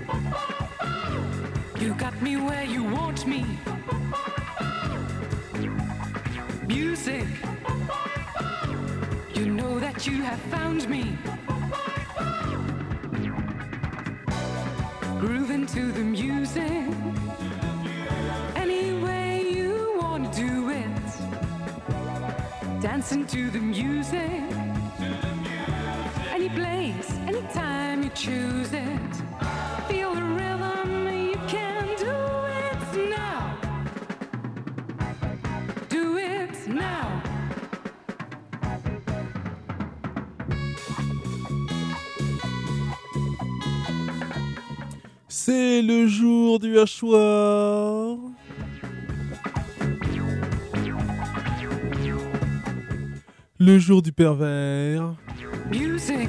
You got me where you want me. Music, you know that you have found me. Grooving to the music, any way you want to do it. Dancing to the music, any place, anytime you choose it. Feel the rhythm, you can do it now. Do it now. C'est le jour du hachoir. Le jour du pervers. Music,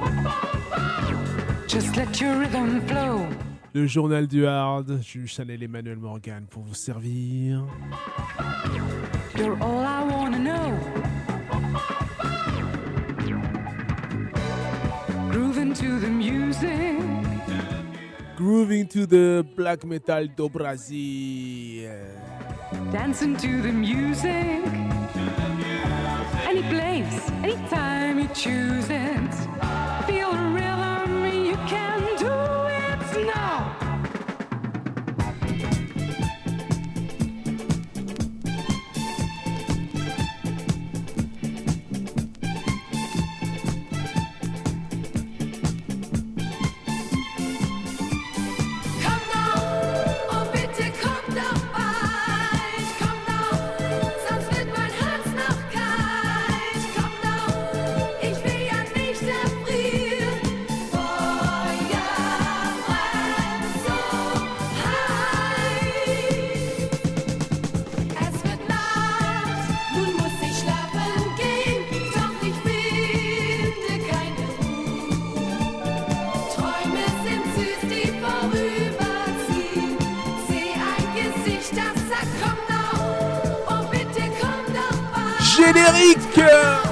just let your rhythm flow. Le journal du hard. Jules Chanel et Emmanuel Morgan pour vous servir. You're all I wanna know. Grooving to the music. Grooving to the black metal do Brasil. Dancing to the music. Any place, anytime you choose it. Feel the rhythm, you can do it now. Générique.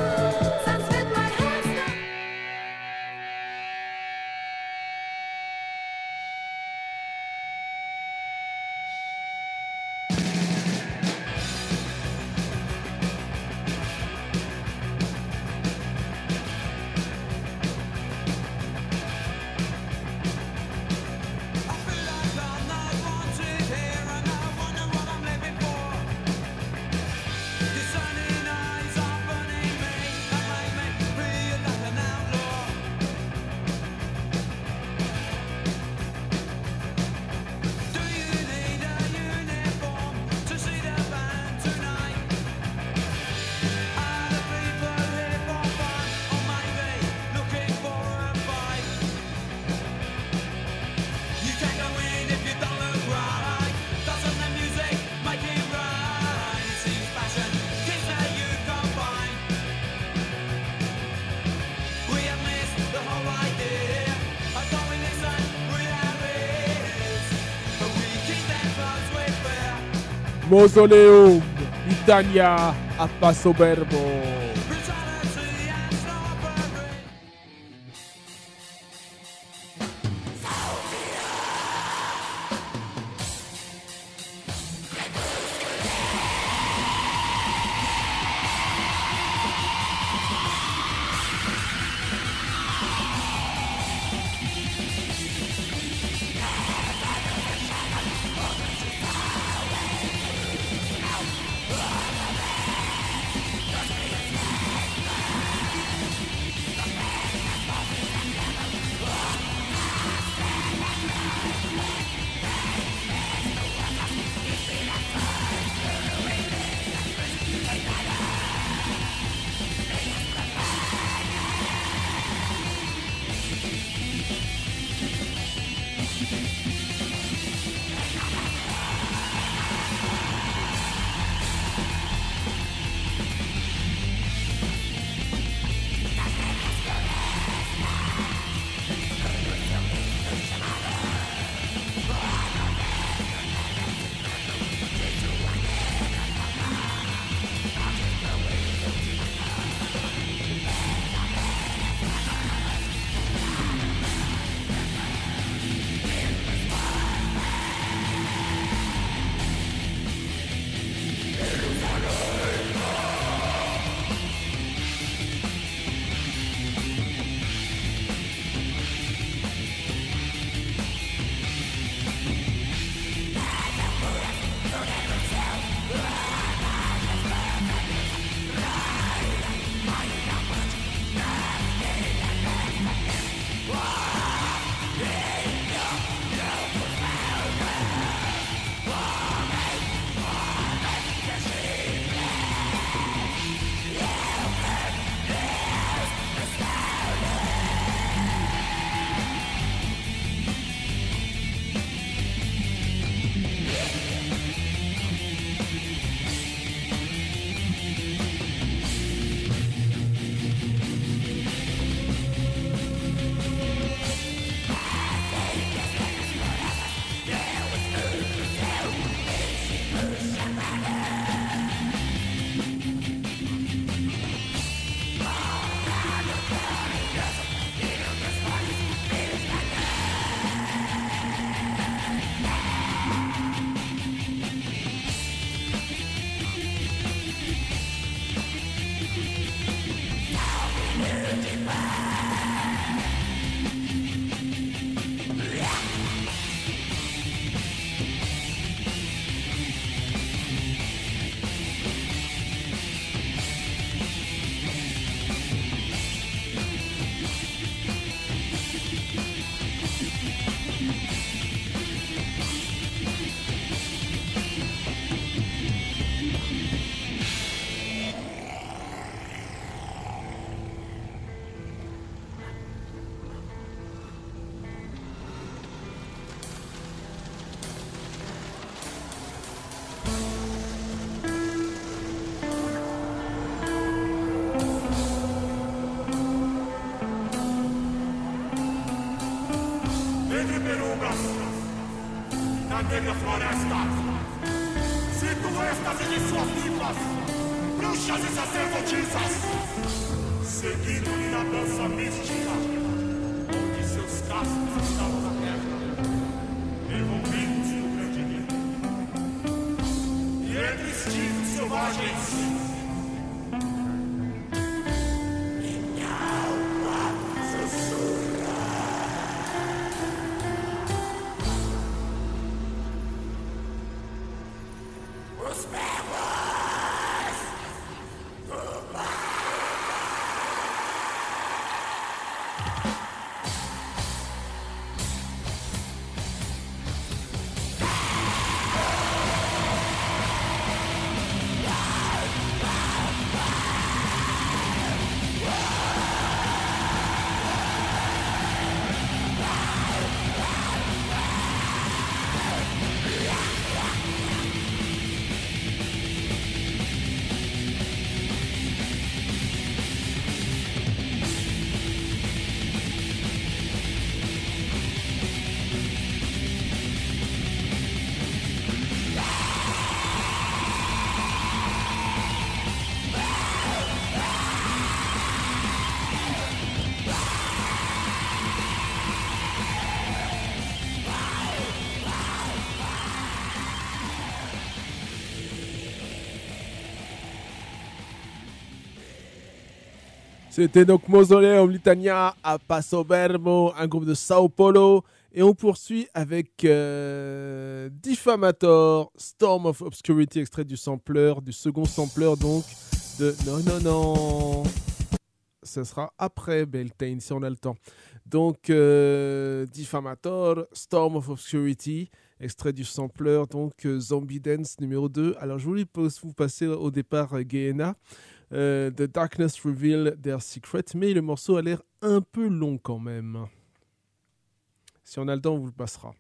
Mausoleum, Italia, a Passo Berbo. pequeña floresta. Se tu estas em suas vidas, bruxas e sacerdotisas, seguindo-lhe na dança mística, onde seus cascos estavam na terra, envolvidos no grande rio. E entre instintos selvagens, C'était donc Mausoleum Litania à Passo Verbo, un groupe de Sao Paulo. Et on poursuit avec Diffamator, Storm of Obscurity, extrait du sampler, du second sampler donc de Non. Ce sera après Beltane si on a le temps. Donc Diffamator, Storm of Obscurity, extrait du sampler, donc Zombie Dance numéro 2. Alors je voulais vous passer au départ Gehenna. The Darkness Reveal Their Secret, mais le morceau a l'air un peu long quand même. Si on a le temps, on vous le passera.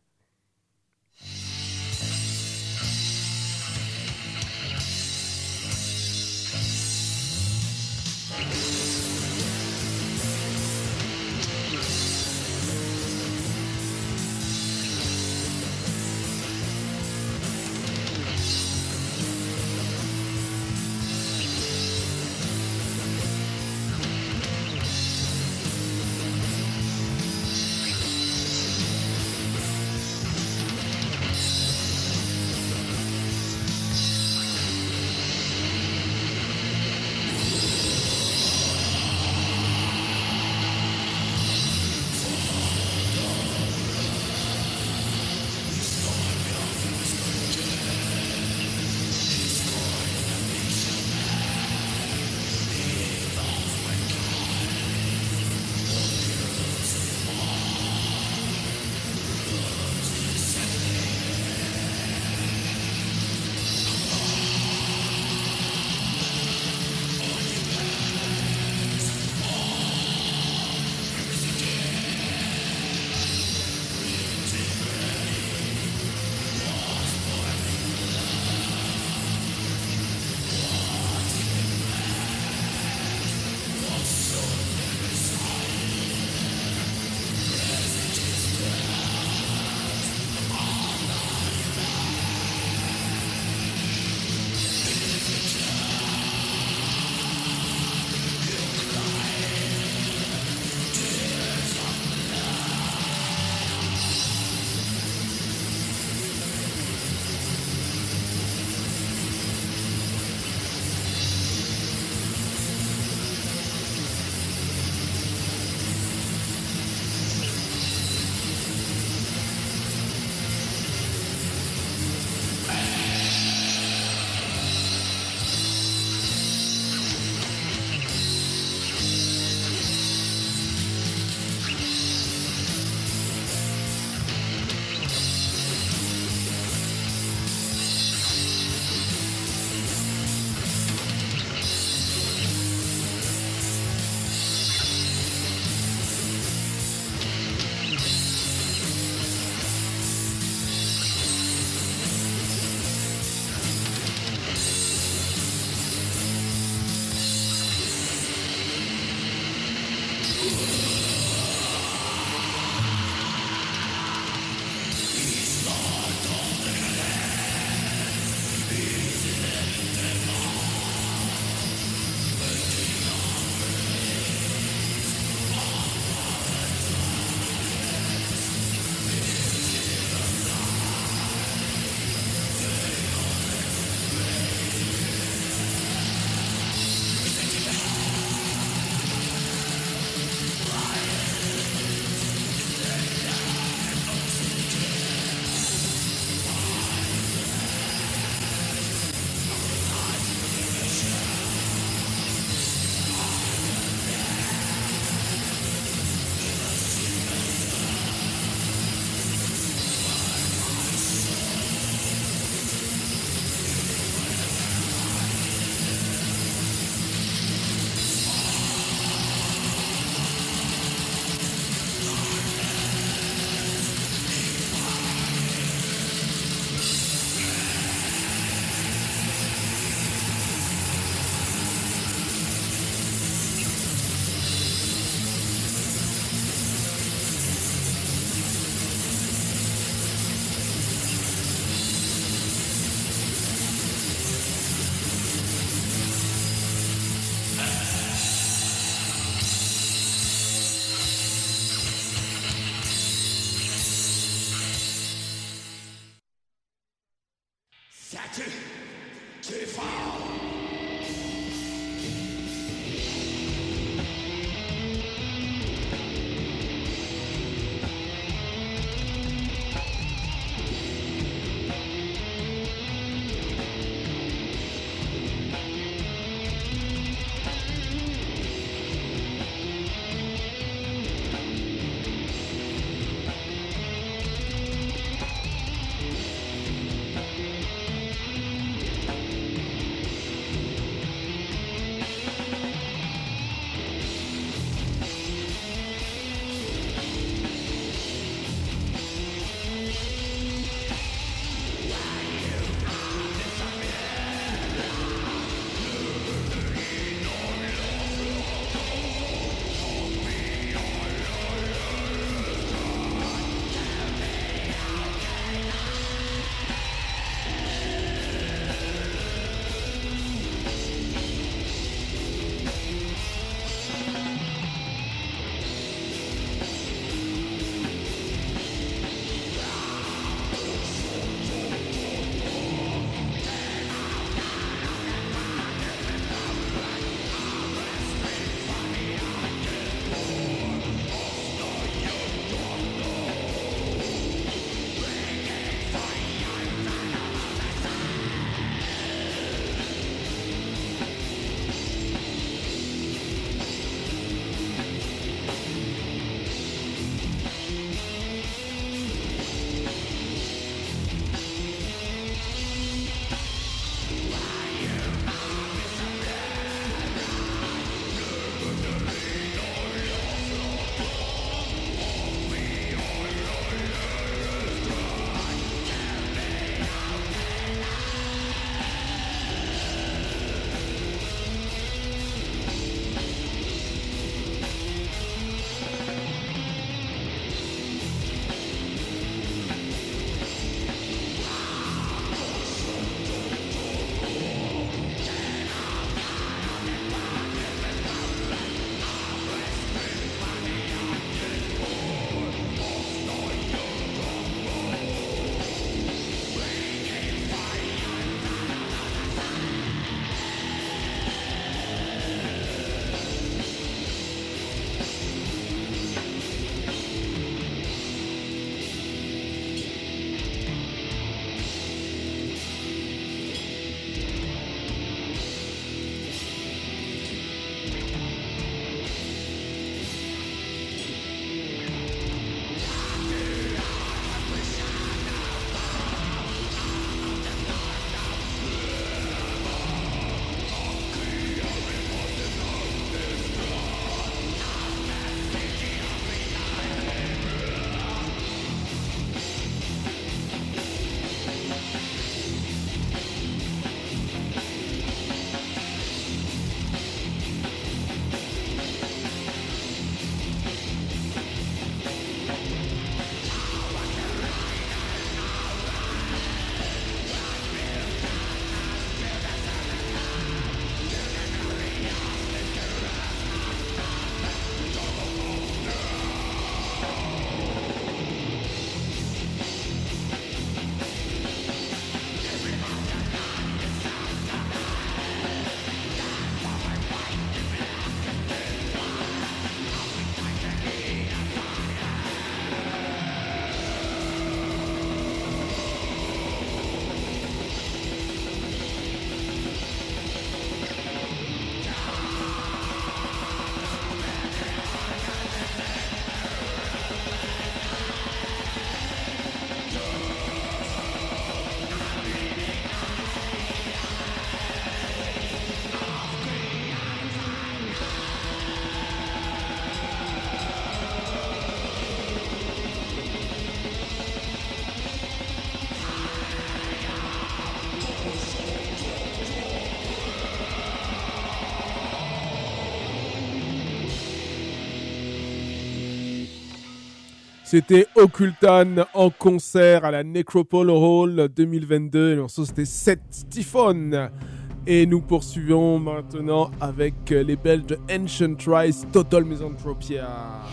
C'était Occultan en concert à la Necropole Hall 2022. Le morceau c'était Set Typhon. Et nous poursuivons maintenant avec les Belges Ancient Rites, Total Misanthropia.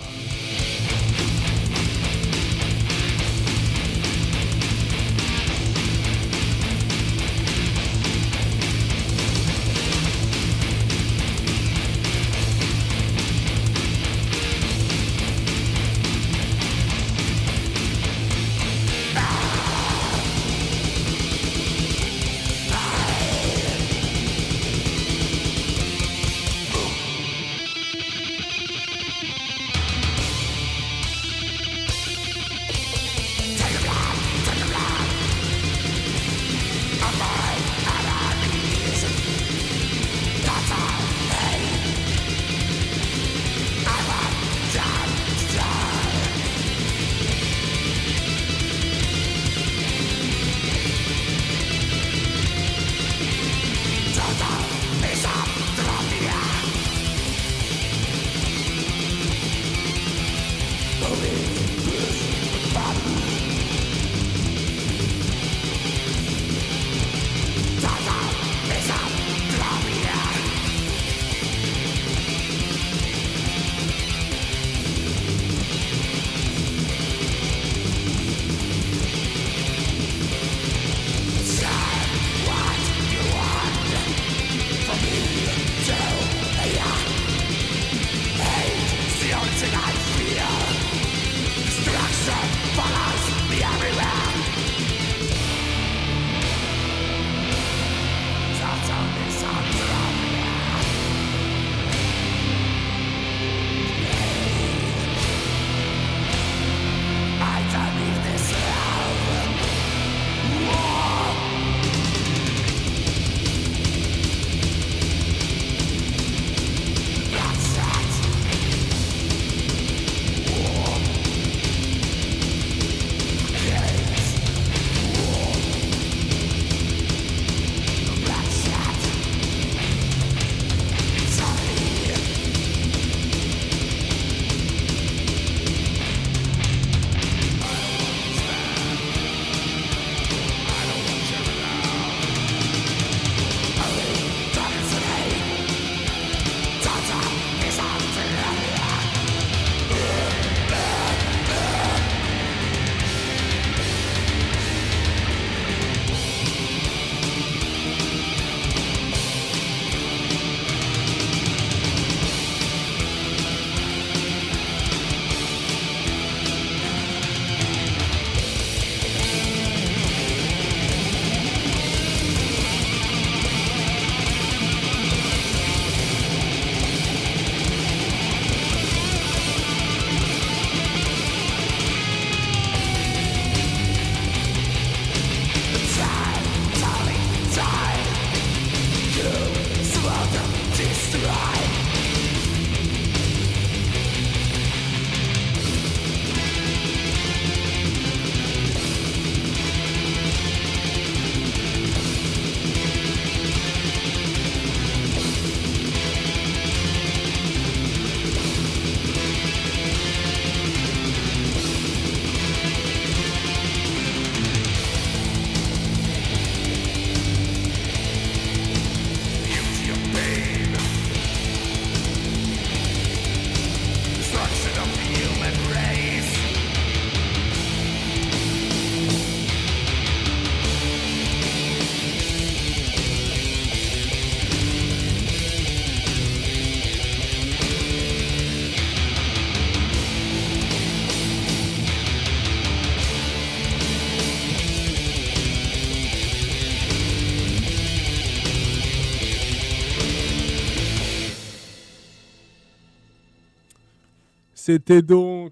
C'était donc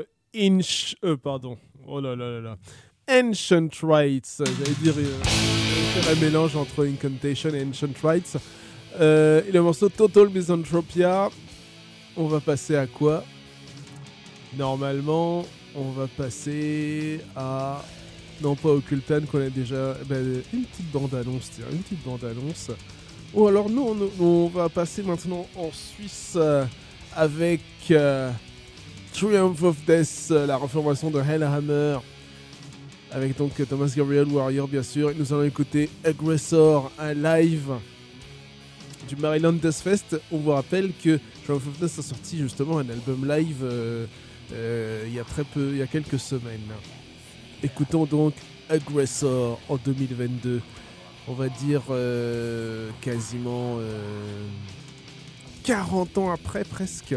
Ancient Rites. J'allais dire un mélange entre Incantation et Ancient Rites. Et le morceau Total Misanthropia. On va passer à quoi? Normalement, on va passer à... Non, pas Occultan, qu'on a déjà... une petite bande-annonce, tiens. Une petite bande-annonce. Ou alors, non, on va passer maintenant en Suisse avec... Triumph of Death, la reformation de Hellhammer, avec donc Thomas Gabriel Warrior bien sûr. Et nous allons écouter Aggressor, un live du Maryland Death Fest. On vous rappelle que Triumph of Death a sorti justement un album live il y a quelques semaines. Écoutons donc Aggressor en 2022. On va dire quasiment 40 ans après presque.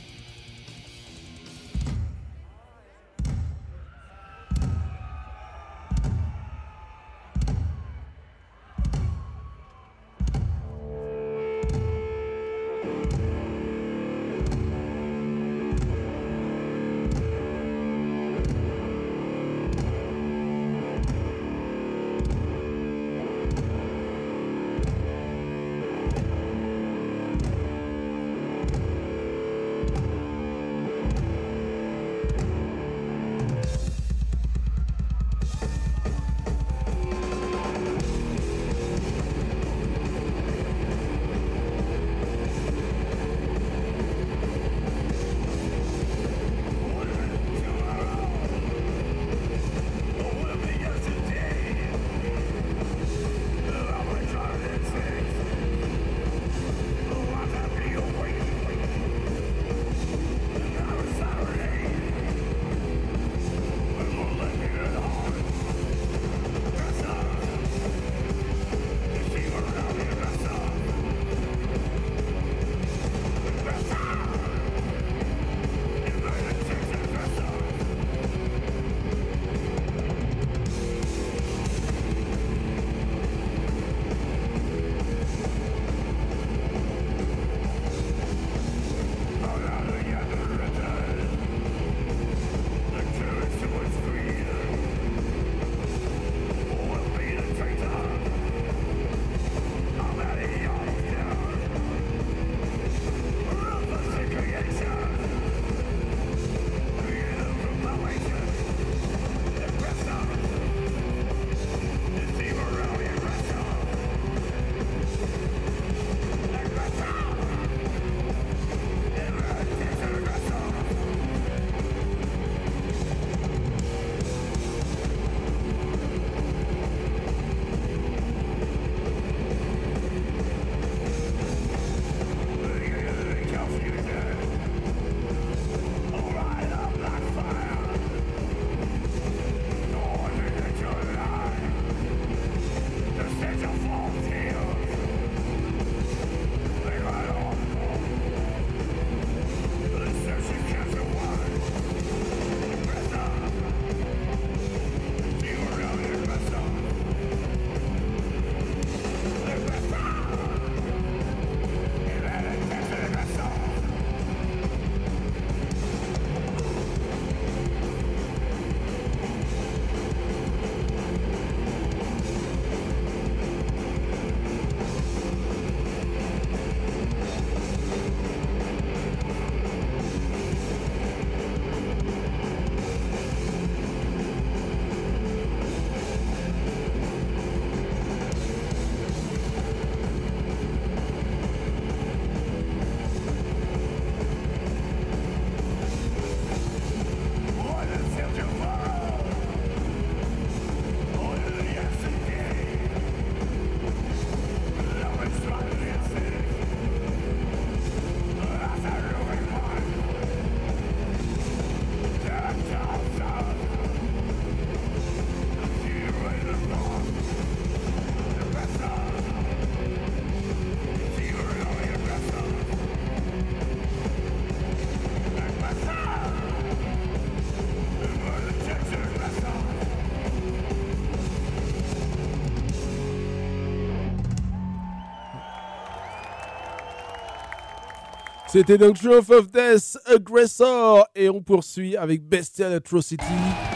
C'était donc Triumph of Death, Aggressor, et on poursuit avec Bestial Atrocity.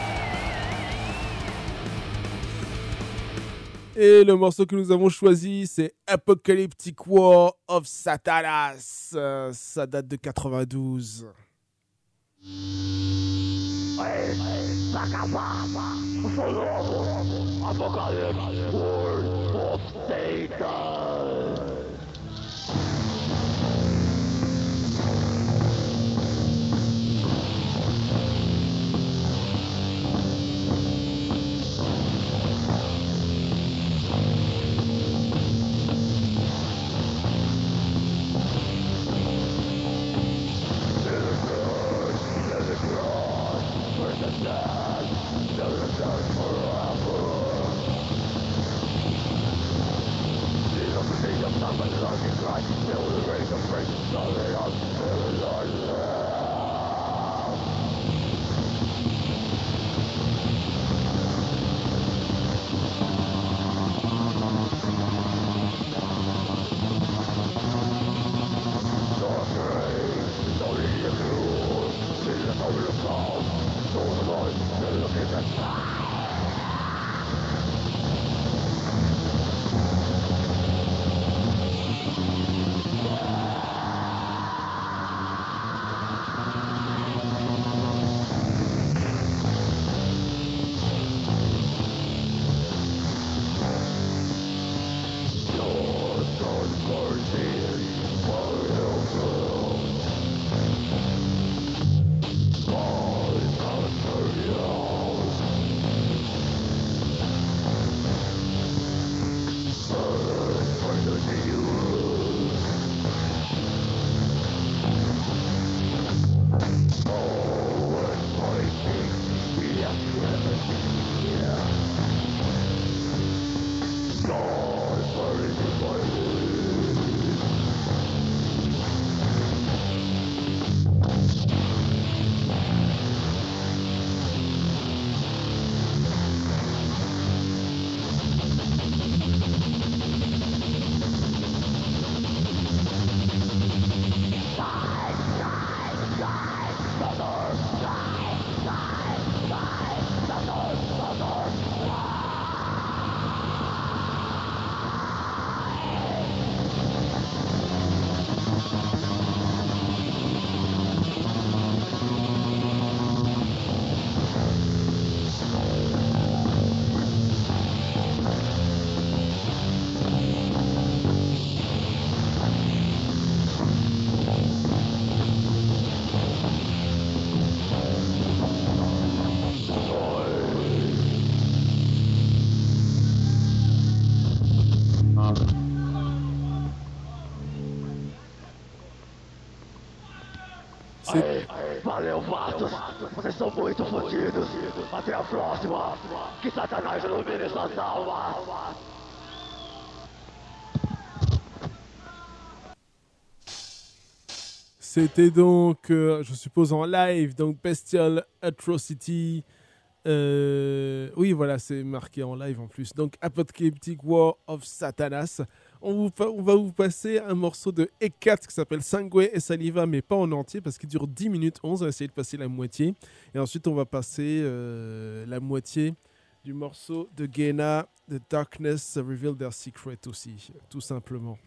Et le morceau que nous avons choisi, c'est Apocalyptic War of Satanas. Ça date de 92. Apocalyptic War of Satan. Valeu, Vastos. Vocês são muito fodidos. Até a próxima. Que Satanás ilumine suas almas. C'était donc, je suppose en live, donc Bestial Atrocity. Oui, voilà, c'est marqué en live en plus. Donc Apocalyptic War of Satanas. On va vous passer un morceau de Hécate qui s'appelle Sangue et Saliva, mais pas en entier parce qu'il dure 10 minutes 11. On va essayer de passer la moitié. Et ensuite, on va passer la moitié du morceau de Gehenna, The Darkness Reveal Their Secret aussi, tout simplement.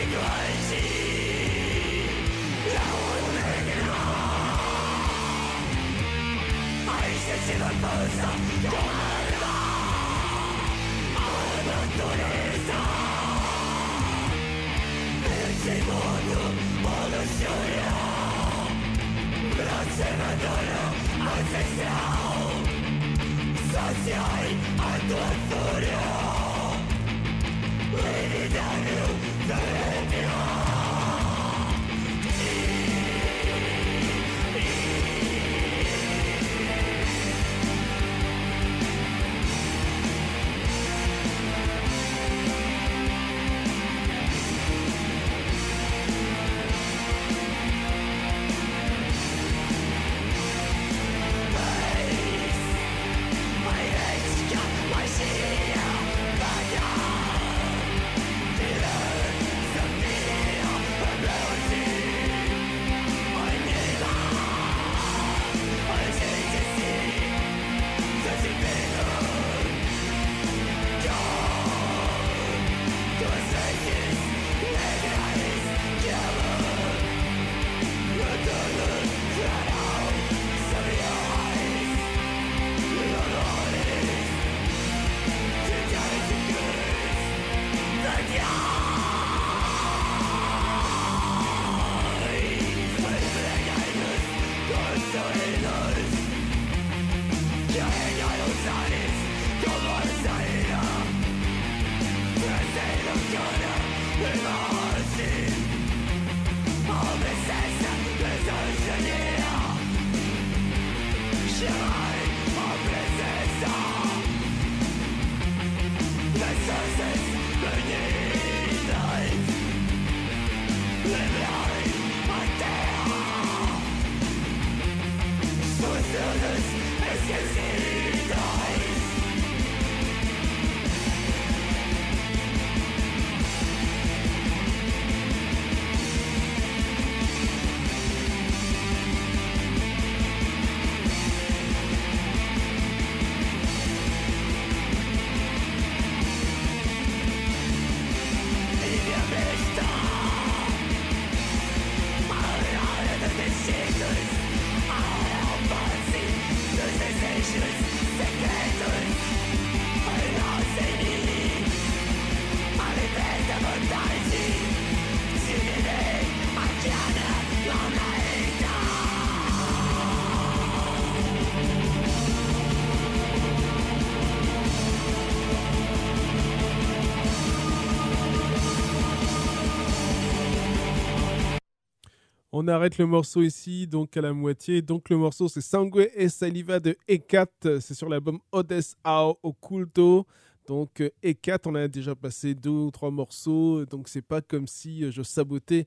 On arrête le morceau ici, donc à la moitié. Donc le morceau, c'est Sangue et Saliva de Ekat. C'est sur l'album Odes ao Occulto. Donc Ekat, on a déjà passé 2 ou 3 morceaux. Donc c'est pas comme si je sabotais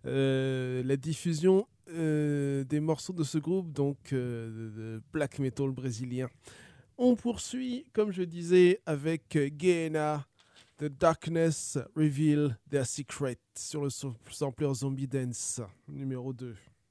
la diffusion des morceaux de ce groupe, donc de black metal brésilien. On poursuit, comme je disais, avec Gehenna. The Darkness Reveal Their Secret sur le sampler Zombie Dance numéro 2.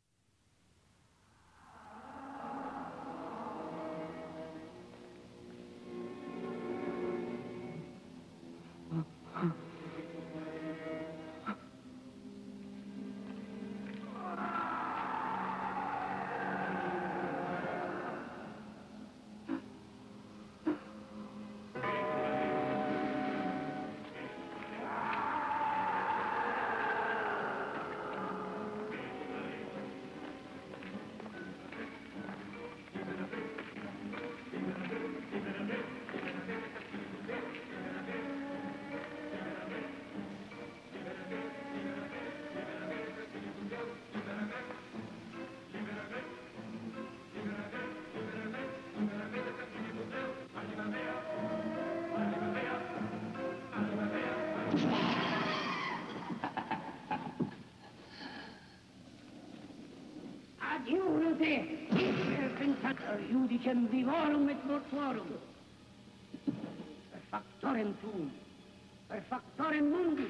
Adiurate, pensat iudicem vivorum et mortuorum. Per factorem tuum, per factorem mundi.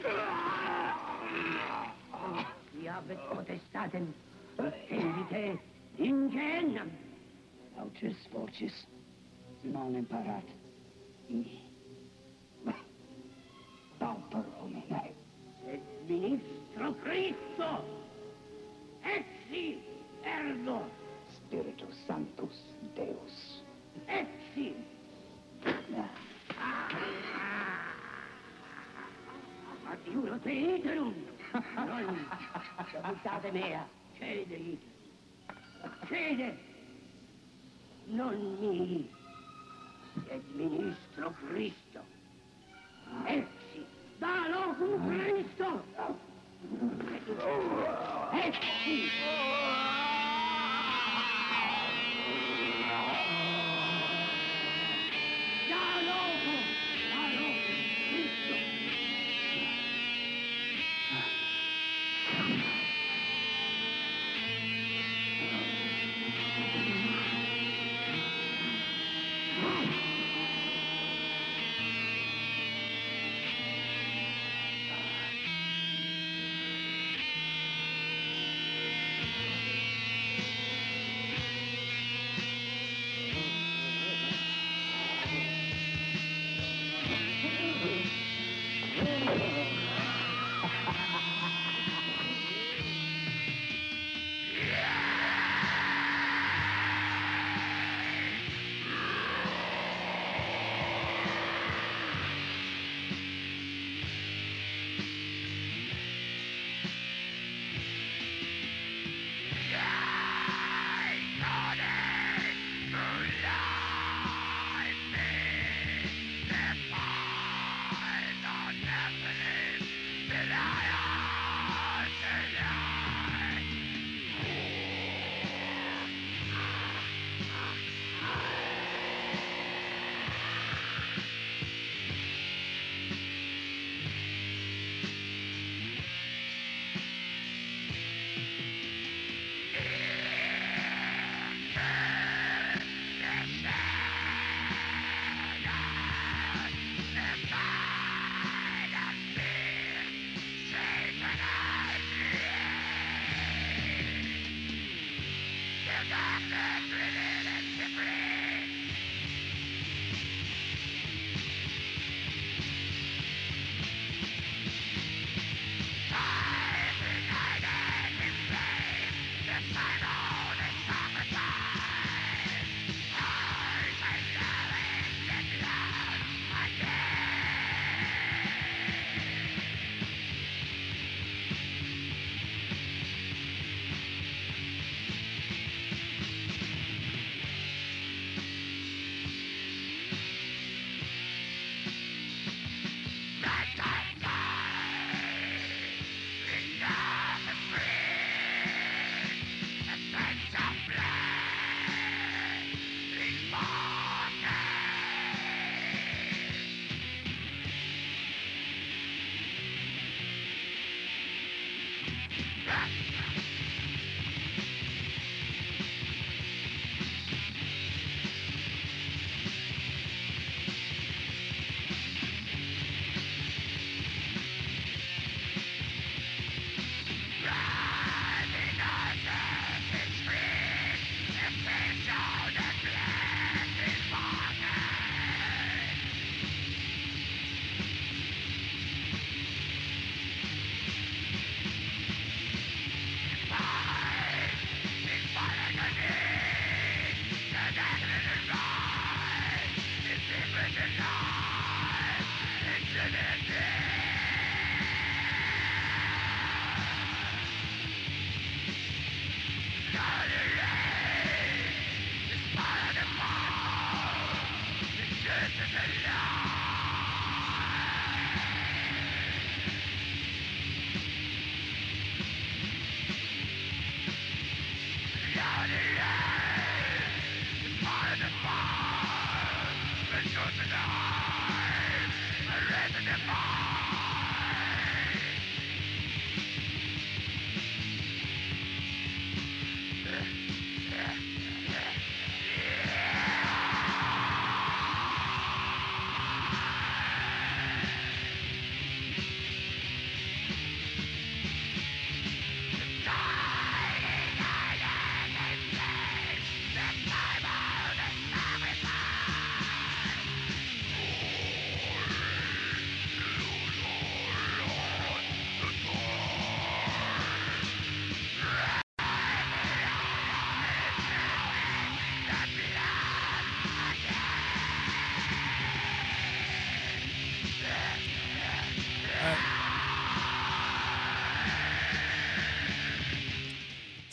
Qui habet potestatem, tendite in Gehennam. Autres voces non imparat. Pauper homine. Et ministro Cristo, exi ergo, Spiritus Sanctus Deus. exi. Adiuro te iterum, non salutate mea, cede ite, cede, non mi, sed ministro Cristo, exi, da locum Cristo, exi. Da locum Cristo.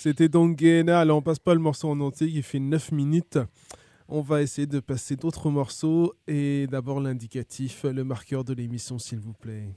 C'était donc Gehenna. Alors, on passe pas le morceau en entier qui fait 9 minutes. On va essayer de passer d'autres morceaux. Et d'abord l'indicatif, le marqueur de l'émission, s'il vous plaît.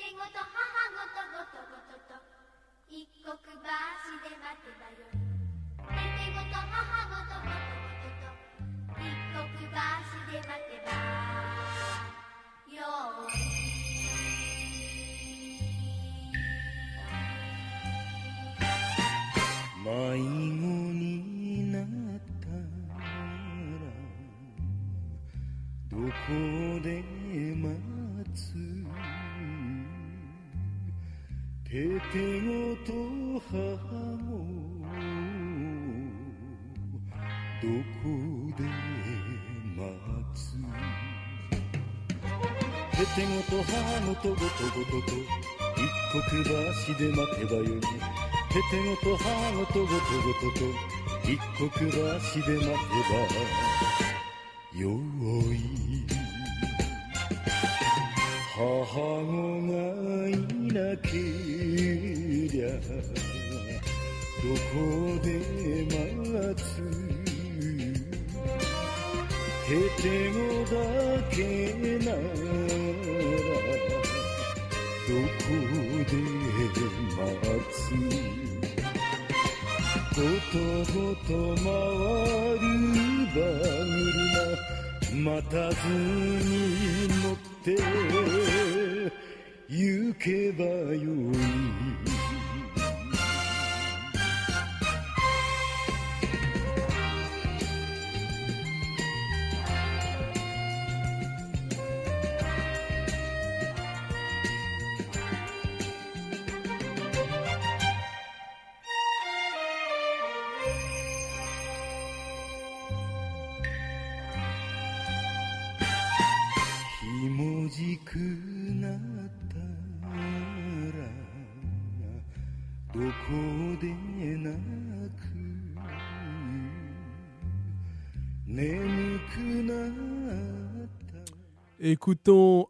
Écoutons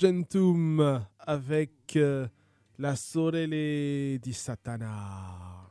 Argentum avec la Sorelle di Satana.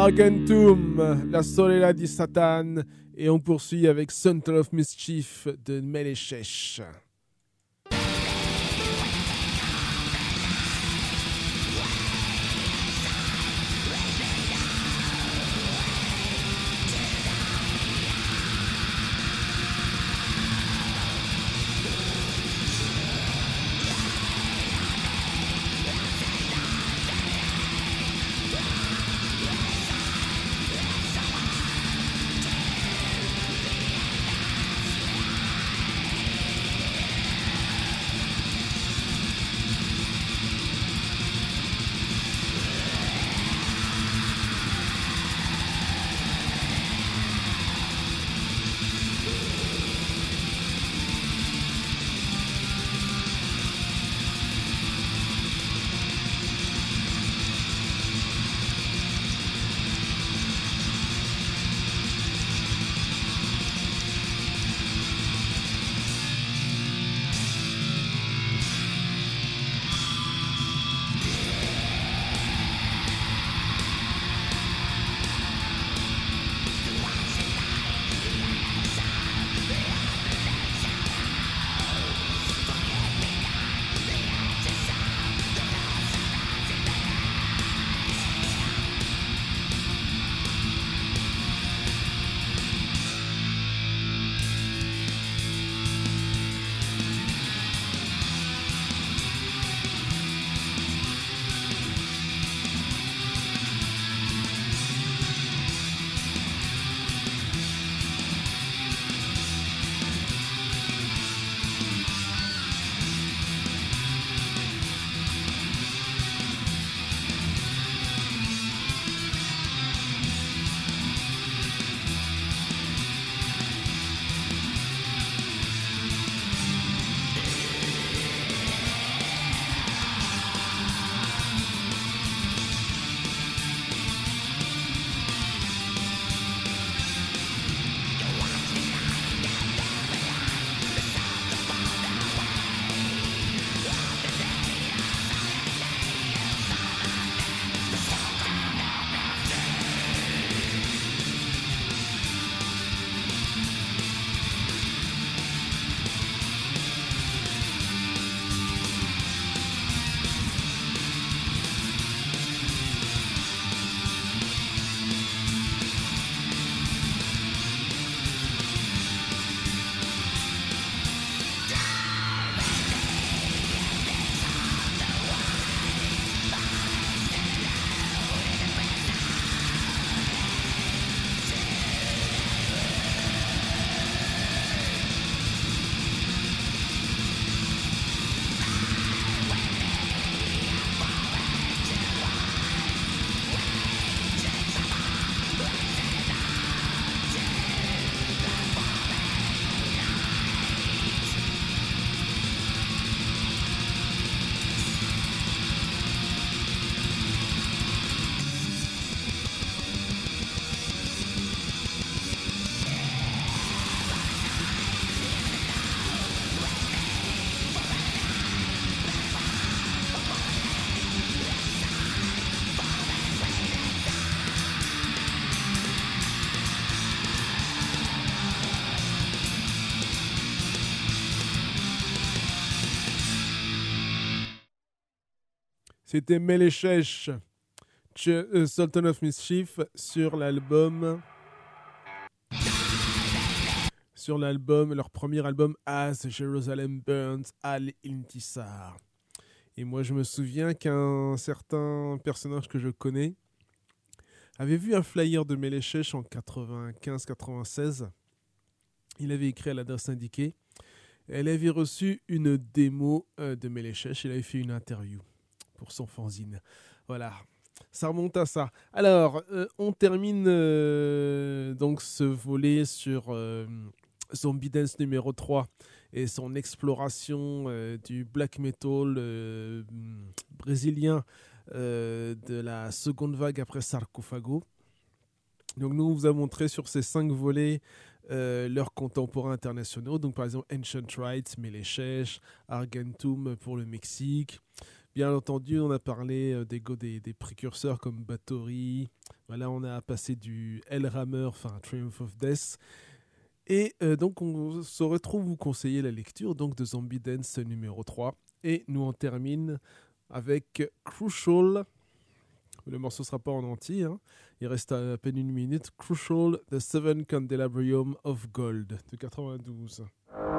Argentum, La Soledad di Satan, et on poursuit avec Son of Mischief de Melechech. C'était Melechech, Sultan of Mischief, sur l'album, leur premier album, As Jerusalem Burns Al-Intisar. Et moi, je me souviens qu'un certain personnage que je connais avait vu un flyer de Melechech en 95-96. Il avait écrit à l'adresse indiquée. Elle avait reçu une démo de Melechech. Il avait fait une interview pour son fanzine. Voilà, ça remonte à ça. Alors, on termine donc ce volet sur Zombie Dance numéro 3 et son exploration du black metal brésilien de la seconde vague après Sarcophago. Donc nous, on vous a montré sur ces 5 volets leurs contemporains internationaux. Donc par exemple Ancient Rites, Melechech, Argentum pour le Mexique. Bien entendu, on a parlé des précurseurs comme Bathory, Voilà, on a passé du Hellhammer, enfin Triumph of Death. Et donc, on se retrouve vous conseiller la lecture donc, de Zombie Dance numéro 3. Et nous on termine avec Crucial. Le morceau ne sera pas en entier, hein. Il reste à peine 1 minute. Crucial, The Seven Candelabrium of Gold de 92.